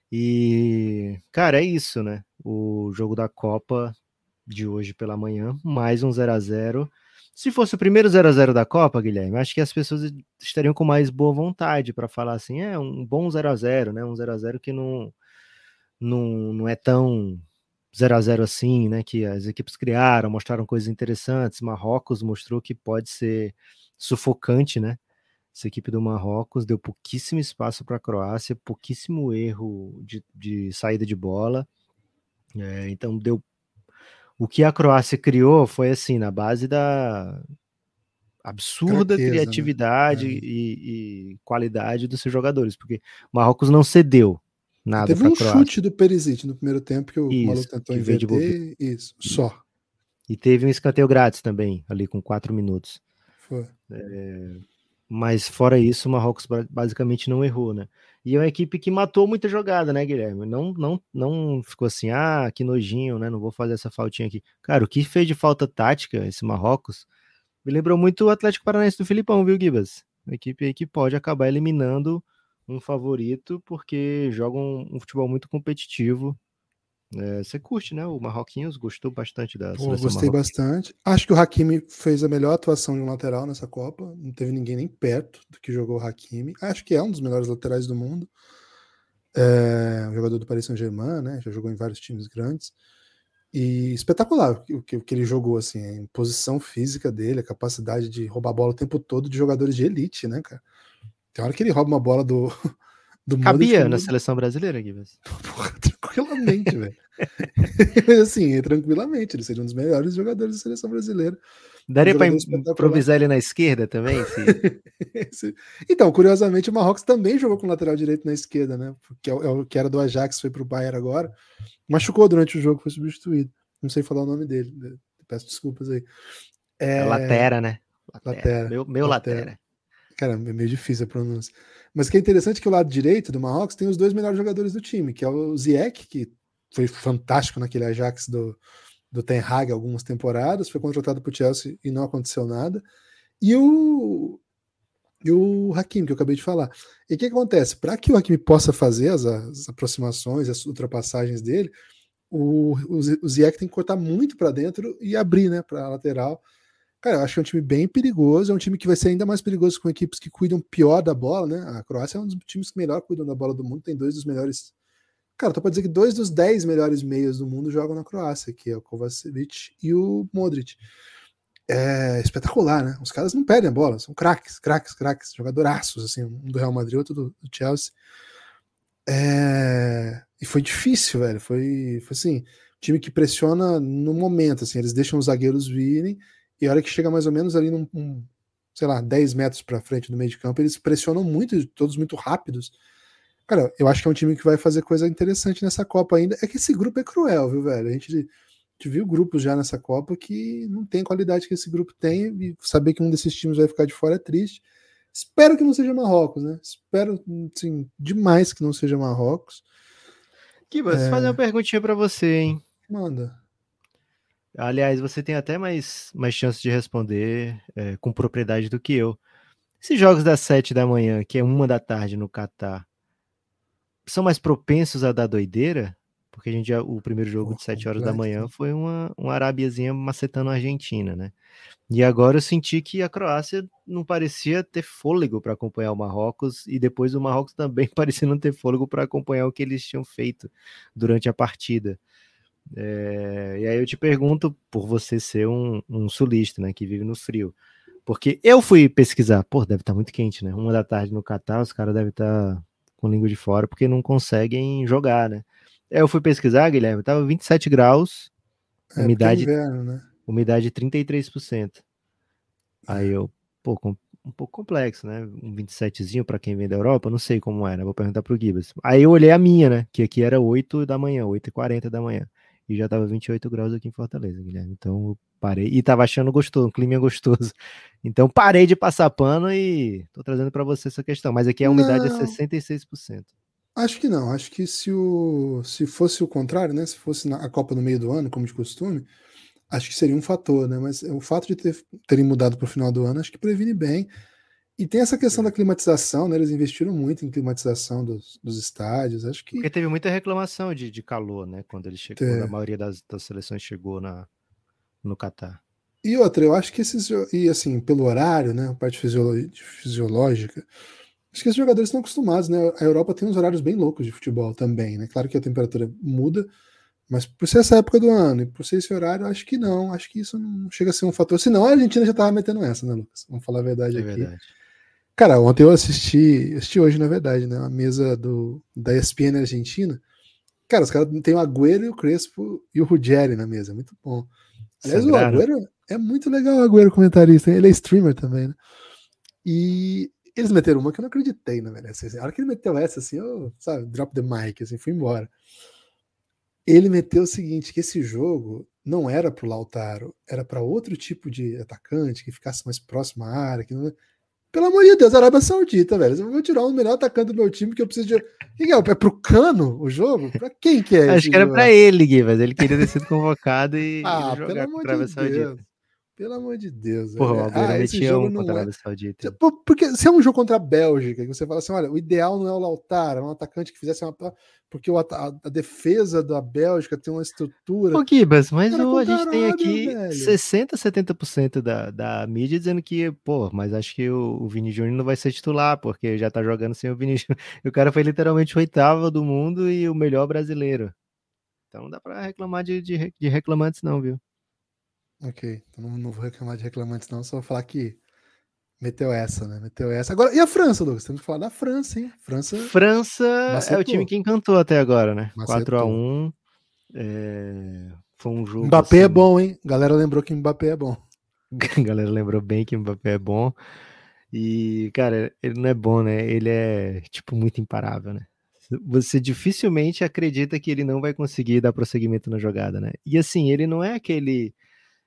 E, cara, é isso, né? O jogo da Copa de hoje pela manhã, mais um zero a zero. Se fosse o primeiro zero a zero da Copa, Guilherme, acho que as pessoas estariam com mais boa vontade para falar assim, é um bom zero a zero, né? Um zero a zero que não, não, não é tão zero a zero assim, né? Que as equipes criaram, mostraram coisas interessantes. Marrocos mostrou que pode ser sufocante, né? Essa equipe do Marrocos deu pouquíssimo espaço para a Croácia, pouquíssimo erro de, de saída de bola. É, então deu. O que a Croácia criou foi assim, na base da absurda Craqueza, criatividade né? É. e, e qualidade dos seus jogadores, porque o Marrocos não cedeu nada Teve para a um Croácia. chute do Perisic no primeiro tempo que o Isso, maluco tentou que veio de bobeira. inverter, isso, só. E teve um escanteio grátis também, ali com quatro minutos. Foi. É, mas fora isso, o Marrocos basicamente não errou, né? E é uma equipe que matou muita jogada, né, Guilherme? Não, não, não ficou assim, ah, que nojinho, né? Não vou fazer essa faltinha aqui. Cara, o que fez de falta tática esse Marrocos me lembrou muito o Atlético Paranaense do Filipão, viu, Gibas? Uma equipe aí que pode acabar eliminando um favorito porque joga um, um futebol muito competitivo. É, você curte, né? O Marroquinhos gostou bastante da Pô, seleção gostei marroquina. bastante. Acho que o Hakimi fez a melhor atuação de um lateral nessa Copa. Não teve ninguém nem perto do que jogou o Hakimi. Acho que é um dos melhores laterais do mundo. É um jogador do Paris Saint-Germain, né? Já jogou em vários times grandes. E espetacular o que, o que ele jogou, assim, a imposição física dele, a capacidade de roubar a bola o tempo todo de jogadores de elite, né, cara? Tem hora que ele rouba uma bola do, do Modric. Cabia na seleção brasileira, Gibas? Porra, tranquilamente, velho. Assim, tranquilamente, ele seria um dos melhores jogadores da seleção brasileira. Daria um para improvisar ele na esquerda também? Se... Então, curiosamente, o Marrocos também jogou com o lateral direito na esquerda, né? Que, é o, que era do Ajax, foi pro Bayern agora. Machucou durante o jogo, foi substituído. Não sei falar o nome dele. Peço desculpas aí. É, é Latera, né? Latera. Meu, meu Latera. Cara, é meio difícil a pronúncia. Mas o que é interessante é que o lado direito do Marrocos tem os dois melhores jogadores do time, que é o Ziyech, que foi fantástico naquele Ajax do, do Ten Hag algumas temporadas, foi contratado para o Chelsea e não aconteceu nada, e o, e o Hakimi, que eu acabei de falar. E o que acontece? Para que o Hakimi possa fazer as, as aproximações, as ultrapassagens dele, o, o, o Ziyech tem que cortar muito para dentro e abrir, né, para a lateral. Cara, eu acho que é um time bem perigoso, é um time que vai ser ainda mais perigoso com equipes que cuidam pior da bola, né? A Croácia é um dos times que melhor cuidam da bola do mundo, tem dois dos melhores. Cara, tô pra dizer que dois dos dez melhores meias do mundo jogam na Croácia, que é o Kovacevic e o Modric. É espetacular, né? Os caras não perdem a bola, são craques, craques, craques, jogadoraços, assim, um do Real Madrid, outro do, do Chelsea. É... E foi difícil, velho. Foi, foi assim, time que pressiona no momento, assim, eles deixam os zagueiros virem. E a hora que chega mais ou menos ali num, um, sei lá, dez metros para frente do meio de campo, eles pressionam muito, todos muito rápidos. Cara, eu acho que é um time que vai fazer coisa interessante nessa Copa ainda. É que esse grupo é cruel, viu, velho? A gente, a gente viu grupos já nessa Copa que não tem a qualidade que esse grupo tem, e saber que um desses times vai ficar de fora é triste. Espero que não seja Marrocos, né? Espero, assim, demais que não seja Marrocos. Kibas, é... fazer uma perguntinha para você, hein? Manda. Aliás, você tem até mais, mais chance de responder é, com propriedade do que eu. Esses jogos das sete da manhã, que é uma da tarde no Catar, são mais propensos a dar doideira? Porque a gente já, o primeiro jogo oh, de sete horas da manhã foi uma, uma Arábiazinha macetando a Argentina, né? E agora eu senti que a Croácia não parecia ter fôlego para acompanhar o Marrocos, e depois o Marrocos também parecia não ter fôlego para acompanhar o que eles tinham feito durante a partida. É, e aí eu te pergunto, por você ser um, um sulista, né, que vive no frio, porque eu fui pesquisar, pô, deve estar tá muito quente, né, uma da tarde no Catar, os caras devem estar tá com língua de fora, porque não conseguem jogar, né. Aí eu fui pesquisar, Guilherme, tava vinte e sete graus, é, umidade, é inverno, né? umidade trinta e três por cento. Aí eu, pô, com, um pouco complexo, né, um vinte e setezinho para quem vem da Europa, não sei como era, vou perguntar pro Gibas. Aí eu olhei a minha, né, que aqui era oito da manhã, oito e quarenta da manhã. E já tava vinte e oito graus aqui em Fortaleza, Guilherme. Então eu parei. E tava achando gostoso, um clima gostoso. Então parei de passar pano e tô trazendo para você essa questão. Mas aqui a umidade não, é sessenta e seis por cento. Acho que não. Acho que se, o, se fosse o contrário, né? Se fosse na, a Copa no meio do ano, como de costume, acho que seria um fator, né? Mas o fato de ter, terem mudado para o final do ano, acho que previne bem. E tem essa questão da climatização, né? Eles investiram muito em climatização dos, dos estádios. Acho que. Porque teve muita reclamação de, de calor, né? Quando ele chegou, é. quando a maioria das, das seleções chegou na, no Catar. E outra, eu acho que esses. E assim, pelo horário, né? A parte fisiológica. Acho que esses jogadores estão acostumados, né? A Europa tem uns horários bem loucos de futebol também, né? Claro que a temperatura muda, mas por ser essa época do ano e por ser esse horário, acho que não. Acho que isso não chega a ser um fator. Senão a Argentina já tava metendo essa, né, Lucas? Vamos falar a verdade é aqui. Verdade. Cara, ontem eu assisti, assisti hoje, na verdade, né? A mesa do, da E S P N Argentina. Cara, os caras tem o Agüero e o Crespo e o Ruggeri na mesa. Muito bom. Aliás, Sangraram. O Agüero é muito legal, o Agüero comentarista. Ele é streamer também, né? E eles meteram uma que eu não acreditei, na verdade. Assim, a hora que ele meteu essa, assim, eu, sabe, drop the mic, assim, fui embora. Ele meteu o seguinte, que esse jogo não era pro Lautaro, era para outro tipo de atacante, que ficasse mais próximo à área, que não... Pelo amor de Deus, Arábia Saudita, velho. Eu vou tirar o melhor atacante do meu time que eu preciso de. Quem é? É pro Cano o jogo? Pra quem que é? Acho que era jogo? Pra ele, Gui, mas ele queria ter sido convocado e ah, jogar pelo amor contra a Arábia de Saudita. Deus. Pelo amor de Deus. Porra, o Agüero ah, esse metia jogo um não contra a é. Arábia Saudita. Porque se é um jogo contra a Bélgica, que você fala assim, olha, o ideal não é o Lautaro, é um atacante que fizesse uma. Porque a, a, a defesa da Bélgica tem uma estrutura. Ô, Gibas, mas o, a gente Arábia, tem aqui velho. sessenta, setenta por cento da, da mídia dizendo que, pô, mas acho que o, o Vini Júnior não vai ser titular, porque já tá jogando sem o Vini Júnior. E o cara foi literalmente o oitavo do mundo e o melhor brasileiro. Então não dá pra reclamar de, de, de reclamantes não, viu? Ok, então não, não vou reclamar de reclamantes não, só vou falar que meteu essa, né? Meteu essa. Agora, e a França, Lucas? Temos que falar da França, hein? França, França macetou. É o time que encantou até agora, né? Macetou. quatro a um. É... Foi um jogo. Mbappé assim... é bom, hein? Galera lembrou que Mbappé é bom. Galera lembrou bem que Mbappé é bom. E, cara, ele não é bom, né? Ele é, tipo, muito imparável, né? Você dificilmente acredita que ele não vai conseguir dar prosseguimento na jogada, né? E assim, ele não é aquele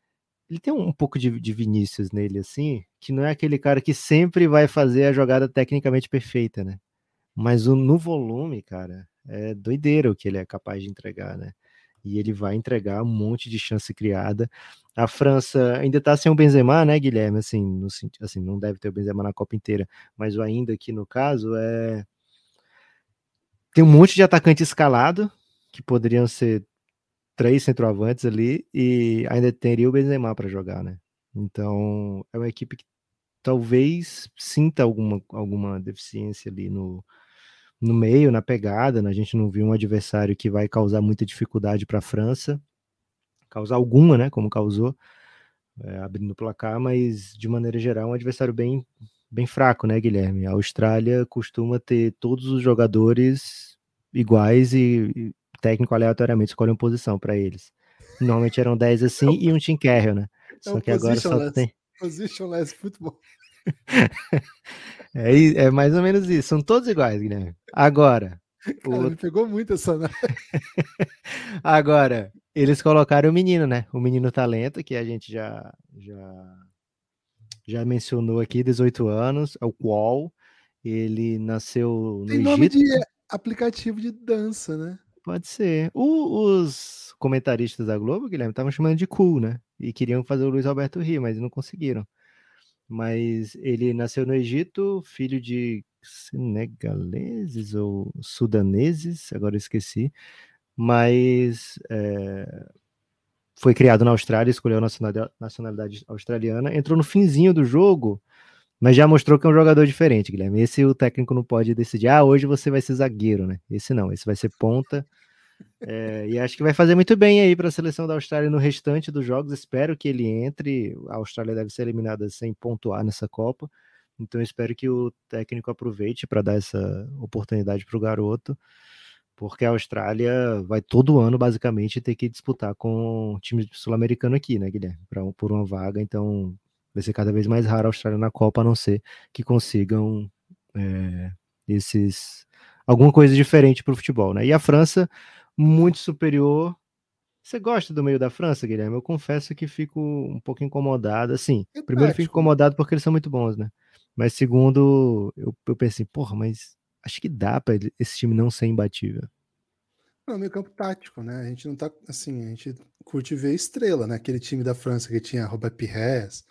ele tem um pouco de, de Vinícius nele, assim, que não é aquele cara que sempre vai fazer a jogada tecnicamente perfeita, né? Mas o, no volume, cara, é doideira o que ele é capaz de entregar, né? E ele vai entregar um monte de chance criada. A França ainda tá sem o Benzema, né, Guilherme? Assim, no, assim, não deve ter o Benzema na Copa inteira, mas o ainda aqui no caso é... Tem um monte de atacante escalado, que poderiam ser três centroavantes ali, e ainda teria o Benzema para jogar, né? Então, é uma equipe que talvez sinta alguma, alguma deficiência ali no, no meio, na pegada, né? A gente não viu um adversário que vai causar muita dificuldade para a França, causar alguma, né? Como causou, é, abrindo o placar, mas de maneira geral, um adversário bem, bem fraco, né, Guilherme? A Austrália costuma ter todos os jogadores iguais e, e técnico aleatoriamente escolhe uma posição para eles. Normalmente eram dez assim e um Tim Carroll, né? É Só o que agora só positionless. tem. Positionless futebol. É, é mais ou menos isso. São todos iguais, Guilherme. Agora. Cara, o... me pegou muito essa. Agora, eles colocaram o menino, né? O menino talento, que a gente já, já, já mencionou aqui, dezoito anos, é o Qual. Ele nasceu no Tem nome Egito. de aplicativo de dança, né? Pode ser. O, os comentaristas da Globo, Guilherme, estavam chamando de cool, né? E queriam fazer o Luiz Alberto rir, mas não conseguiram. Mas ele nasceu no Egito, filho de senegaleses ou sudaneses, agora eu esqueci. Mas é, foi criado na Austrália, escolheu a nacionalidade, nacionalidade australiana, entrou no finzinho do jogo, mas já mostrou que é um jogador diferente, Guilherme. Esse o técnico não pode decidir, ah, hoje você vai ser zagueiro, né? Esse não, esse vai ser ponta. É, e acho que vai fazer muito bem aí para a seleção da Austrália no restante dos jogos. Espero que ele entre. A Austrália deve ser eliminada sem pontuar nessa Copa. Então espero que o técnico aproveite para dar essa oportunidade para o garoto, porque a Austrália vai todo ano basicamente ter que disputar com o time sul-americano aqui, né, Guilherme? Pra, por uma vaga. Então vai ser cada vez mais raro a Austrália na Copa, a não ser que consigam é, esses alguma coisa diferente para o futebol, né? E a França muito superior. Você gosta do meio da França, Guilherme? Eu confesso que fico um pouco incomodado. Assim, É primeiro fico tático. incomodado porque eles são muito bons, né? Mas segundo, eu, eu pensei, porra, mas acho que dá para esse time não ser imbatível. Não, meio campo tático, né? A gente não tá, assim, a gente curte ver estrela, né? Aquele time da França que tinha Robert Pires,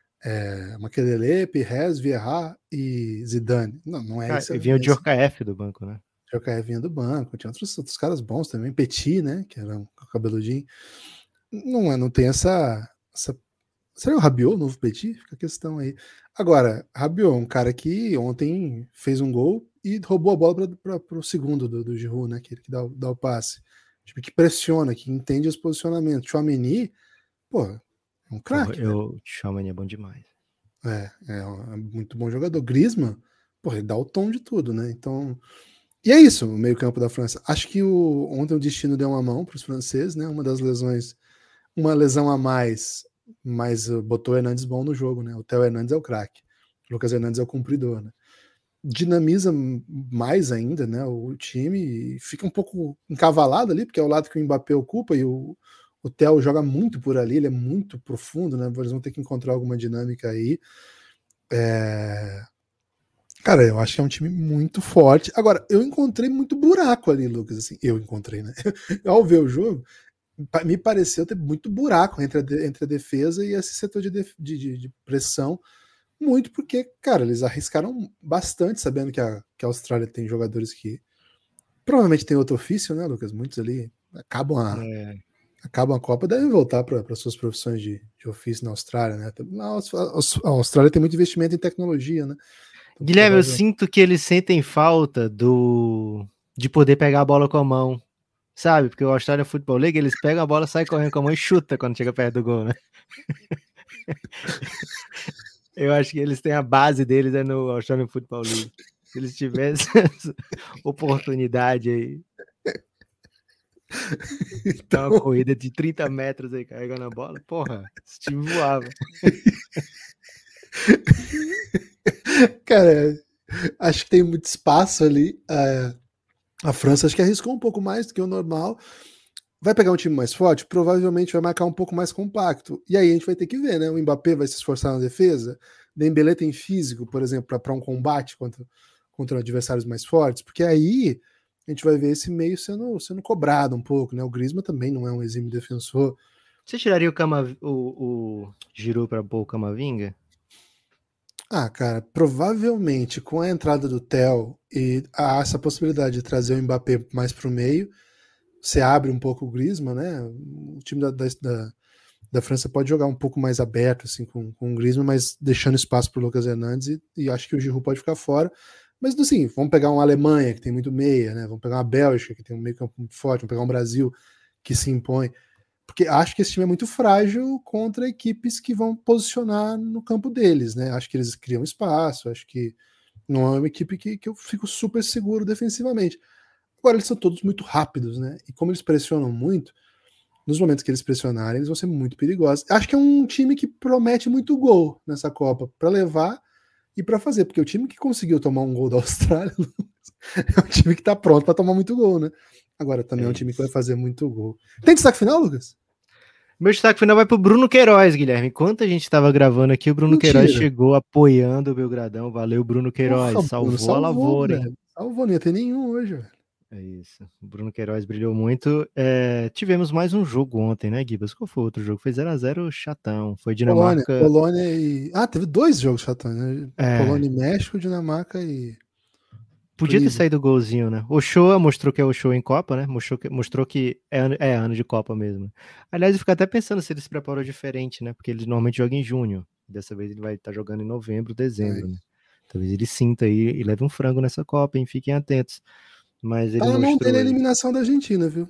é, Makelele, Pires, Vieira e Zidane. Não, não é Ah, esse. vinha o esse. Djorkaeff do banco, né? Djorkaeff vinha do banco, tinha outros, outros caras bons também, Petit, né? Que era um cabeludinho. Não, é, não tem essa, essa... Será o Rabiot, o novo Petit? Fica a questão aí. Agora, Rabiot, um cara que ontem fez um gol e roubou a bola para o segundo do, do Giroud, né? Aquele que dá, dá o passe. Tipo, que pressiona, que entende os posicionamentos. Chouameni, pô, é um craque, né? O Tchouaméni é bom demais. É, é um muito bom jogador. Griezmann, pô, ele dá o tom de tudo, né? Então, e é isso, o meio-campo da França. Acho que o, ontem o destino deu uma mão para os franceses, né? Uma das lesões, uma lesão a mais, mas botou o Hernandes bom no jogo, né? O Theo Hernandes é o craque, o Lucas Hernandes é o cumpridor, né? Dinamiza mais ainda, né? O time fica um pouco encavalado ali, porque é o lado que o Mbappé ocupa e o, o Theo joga muito por ali, ele é muito profundo, né? Eles vão ter que encontrar alguma dinâmica aí. É... Cara, eu acho que é um time muito forte. Agora, eu encontrei muito buraco ali, Lucas. Assim, eu encontrei, né? Ao ver o jogo, me pareceu ter muito buraco entre a, entre a defesa e esse setor de, de, de, de pressão. Muito porque, cara, eles arriscaram bastante, sabendo que a, que a Austrália tem jogadores que provavelmente tem outro ofício, né, Lucas? Muitos ali acabam a, é. acabam a Copa, devem voltar para suas profissões de, de ofício na Austrália, né? A Austrália tem muito investimento em tecnologia, né? Então, Guilherme, provavelmente... eu sinto que eles sentem falta do de poder pegar a bola com a mão, sabe? Porque o Australian Football League, eles pegam a bola, saem correndo com a mão e chuta quando chega perto do gol, né? Eu acho que eles têm a base deles é no Australian Football League. Se eles tivessem essa oportunidade aí. Então, uma corrida de trinta metros aí carregando a bola, porra, esse time voava. Cara, acho que tem muito espaço ali. É, a França acho que arriscou um pouco mais do que o normal. vai pegar um time mais forte, provavelmente vai marcar um pouco mais compacto. E aí a gente vai ter que ver, né? O Mbappé vai se esforçar na defesa, Dembélé tem físico, por exemplo, para um combate contra, contra adversários mais fortes, porque aí a gente vai ver esse meio sendo, sendo cobrado um pouco, né? O Griezmann também não é um exímio defensor. Você tiraria o, Cama, o, o Giroud para pôr o Camavinga? Ah, cara, provavelmente com a entrada do Theo e há essa possibilidade de trazer o Mbappé mais para o meio, você abre um pouco o Griezmann, né? O time da, da, da França pode jogar um pouco mais aberto assim, com, com o Griezmann, mas deixando espaço para o Lucas Hernandes e, e acho que o Giroud pode ficar fora. Mas assim, vamos pegar uma Alemanha que tem muito meia, né? Vamos pegar uma Bélgica que tem um meio campo muito forte, vamos pegar um Brasil que se impõe. Porque acho que esse time é muito frágil contra equipes que vão posicionar no campo deles, né? Acho que eles criam espaço, acho que não é uma equipe que, que eu fico super seguro defensivamente. Agora, eles são todos muito rápidos, né? E como eles pressionam muito, nos momentos que eles pressionarem, eles vão ser muito perigosos. Acho que é um time que promete muito gol nessa Copa, para levar e para fazer, porque o time que conseguiu tomar um gol da Austrália é um time que tá pronto para tomar muito gol, né? Agora, também é, é um time que vai fazer muito gol. Tem destaque final, Lucas? Meu destaque final vai pro Bruno Queiroz, Guilherme. Enquanto a gente estava gravando aqui, o Bruno Mentira. Queiroz chegou apoiando o Belgradão. Valeu, Bruno Queiroz. Porra, salvou, salvou a lavoura, velho. Salvou, não ia ter nenhum hoje, velho. É isso. O Bruno Queiroz brilhou muito. É, tivemos mais um jogo ontem, né, Gibas? Qual foi o outro jogo? Foi zero a zero chatão. Foi Dinamarca... Polônia, Polônia e... Ah, teve dois jogos chatão, né? É... Polônia e México, Dinamarca e... Podia ter saído o golzinho, né? O Ochoa mostrou que é o show em Copa, né? Mostrou que, mostrou que é, ano, é ano de Copa mesmo. Aliás, eu fico até pensando se ele se preparou diferente, né? Porque ele normalmente joga em junho. Dessa vez ele vai estar tá jogando em novembro, dezembro, é. né? Talvez ele sinta aí e leve um frango nessa Copa, hein? Fiquem atentos. Mas ele tá na mão dele a aí... eliminação da Argentina, viu?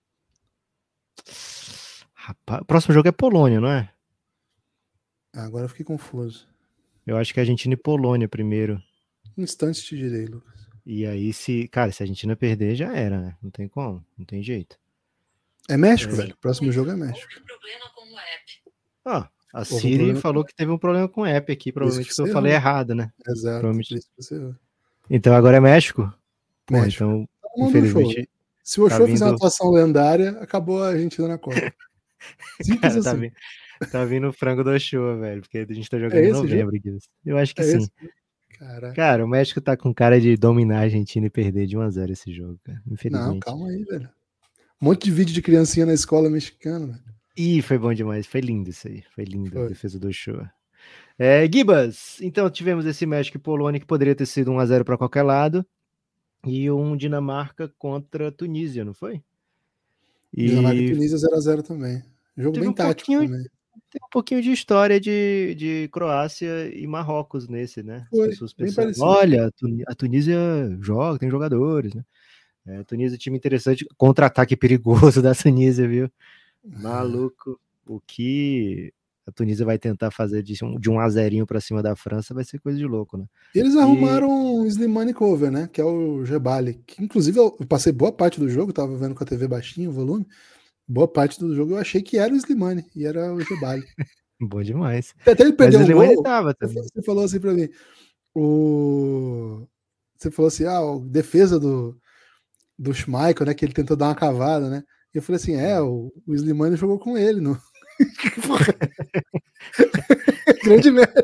Rapaz, o próximo jogo é Polônia, não é? Agora eu fiquei confuso. Eu acho que é Argentina e Polônia primeiro. Um instante te direi, Lucas. E aí, se, cara, se a Argentina perder, já era, né? Não tem como, não tem jeito. É México, é. velho. O próximo jogo é México. Ah, a Siri falou que teve um problema com o app aqui, provavelmente que eu falei errado, né? Exato. Provavelmente... Então agora é México? México. Pô, então, infelizmente... Se o Ochoa tá vindo... fizer uma atuação lendária, acabou a Argentina na Copa. Simples assim. Tá vindo, tá vindo o frango do Ochoa, velho, porque a gente tá jogando é em novembro. Eu acho que é sim. Esse? Caraca. Cara, o México tá com cara de dominar a Argentina e perder de um a zero esse jogo, cara. Infelizmente. Não, calma aí, velho. Um monte de vídeo de criancinha na escola mexicana, velho. Ih, foi bom demais. Foi lindo isso aí. Foi lindo foi. A defesa do Ochoa. É, Gibas, então tivemos esse México e Polônia que poderia ter sido um a zero para qualquer lado. E um Dinamarca contra Tunísia, não foi? E... Dinamarca e Tunísia zero a zero também. Jogo Teve bem um tático também. Tem um pouquinho de história de, de Croácia e Marrocos nesse, né? As Foi, pessoas pensam, olha, a Tunísia joga, tem jogadores, né? É, a Tunísia é um time interessante, contra-ataque perigoso da Tunísia, viu? Maluco, o que a Tunísia vai tentar fazer de um, de um azerinho pra cima da França vai ser coisa de louco, né? E eles arrumaram o e... Slimani Cover, né? Que é o Gebali, que inclusive eu passei boa parte do jogo, tava vendo com a T V baixinho o volume. Boa parte do jogo eu achei que era o Slimani e era o Gebali. Bom demais. Até ele perdeu Mas um o Slimani gol. Tava também. Você falou assim pra mim. O... Você falou assim, ah, a defesa do, do Schmeichel, né? Que ele tentou dar uma cavada, né? E eu falei assim, é, o, o Slimani jogou com ele, não? Grande merda.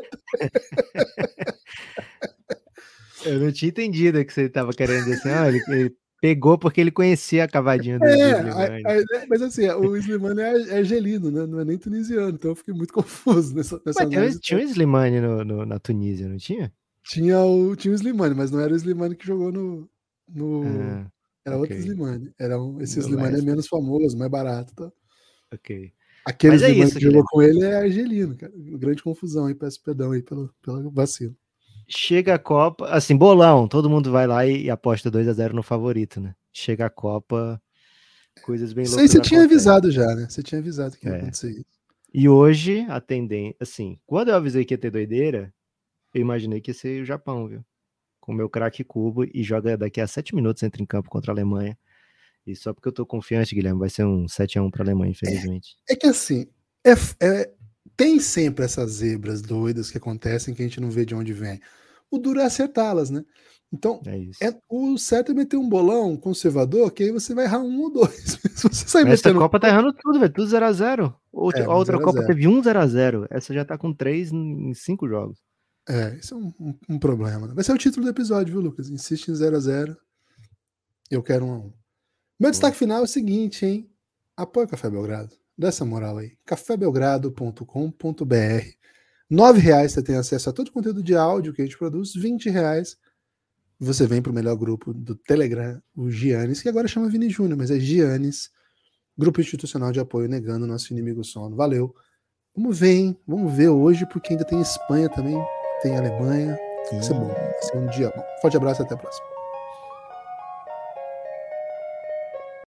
Eu não tinha entendido que você tava querendo dizer assim, ah, ele, ele pegou porque ele conhecia a cavadinha do, é, do Slimani. A, a, mas assim, o Slimani é argelino, né? Não é nem tunisiano, então eu fiquei muito confuso nessa, nessa mas análise. Tinha o Slimani no, no, na Tunísia, não tinha? Tinha o, tinha o Slimani, mas não era o Slimani que jogou no... no... Ah, era okay. outro Slimani. Era um, esse Meu Slimani resto. É menos famoso, mais barato. Tá? Ok. Aquele Slimani é isso, que jogou com ele é argelino, cara. Grande confusão aí, peço perdão aí pelo, pelo vacilo. Chega a Copa, assim, bolão, todo mundo vai lá e, e aposta dois a zero no favorito, né? Chega a Copa, coisas bem loucas. Isso aí você tinha avisado já, né? Você tinha avisado que ia é. acontecer isso. E hoje, a tendência, assim, quando eu avisei que ia ter doideira, eu imaginei que ia ser o Japão, viu? Com o meu craque Cubo e joga daqui a sete minutos, entra em campo contra a Alemanha. E só porque eu tô confiante, Guilherme, vai ser um sete a um pra Alemanha, infelizmente. É, é que assim, é, é, tem sempre essas zebras doidas que acontecem que a gente não vê de onde vem. O duro é acertá-las, né? Então, É isso. é, o certo é meter um bolão conservador, que aí você vai errar um ou dois. Se você sair Essa metendo... Copa tá errando tudo, velho. Tudo zero a zero. É, A outra zero a Copa zero. teve um zero a zero. Essa já tá com três em cinco jogos. É, isso é um, um, um problema. Vai ser o título do episódio, viu, Lucas? Insiste em zero a zero. Eu quero um a um. Meu destaque final é o seguinte, hein? Apoia o Café Belgrado. Dá essa moral aí. café belgrado ponto com ponto b r. nove reais você tem acesso a todo o conteúdo de áudio que a gente produz. vinte reais você vem para o melhor grupo do Telegram, o Giannis, que agora chama Vini Júnior, mas é Giannis, Grupo Institucional de Apoio Negando o Nosso Inimigo Sono. Valeu. Vamos ver, hein? Vamos ver hoje, porque ainda tem Espanha também, tem Alemanha. Vai ser bom. Vai ser um dia bom. Forte abraço e até a próxima.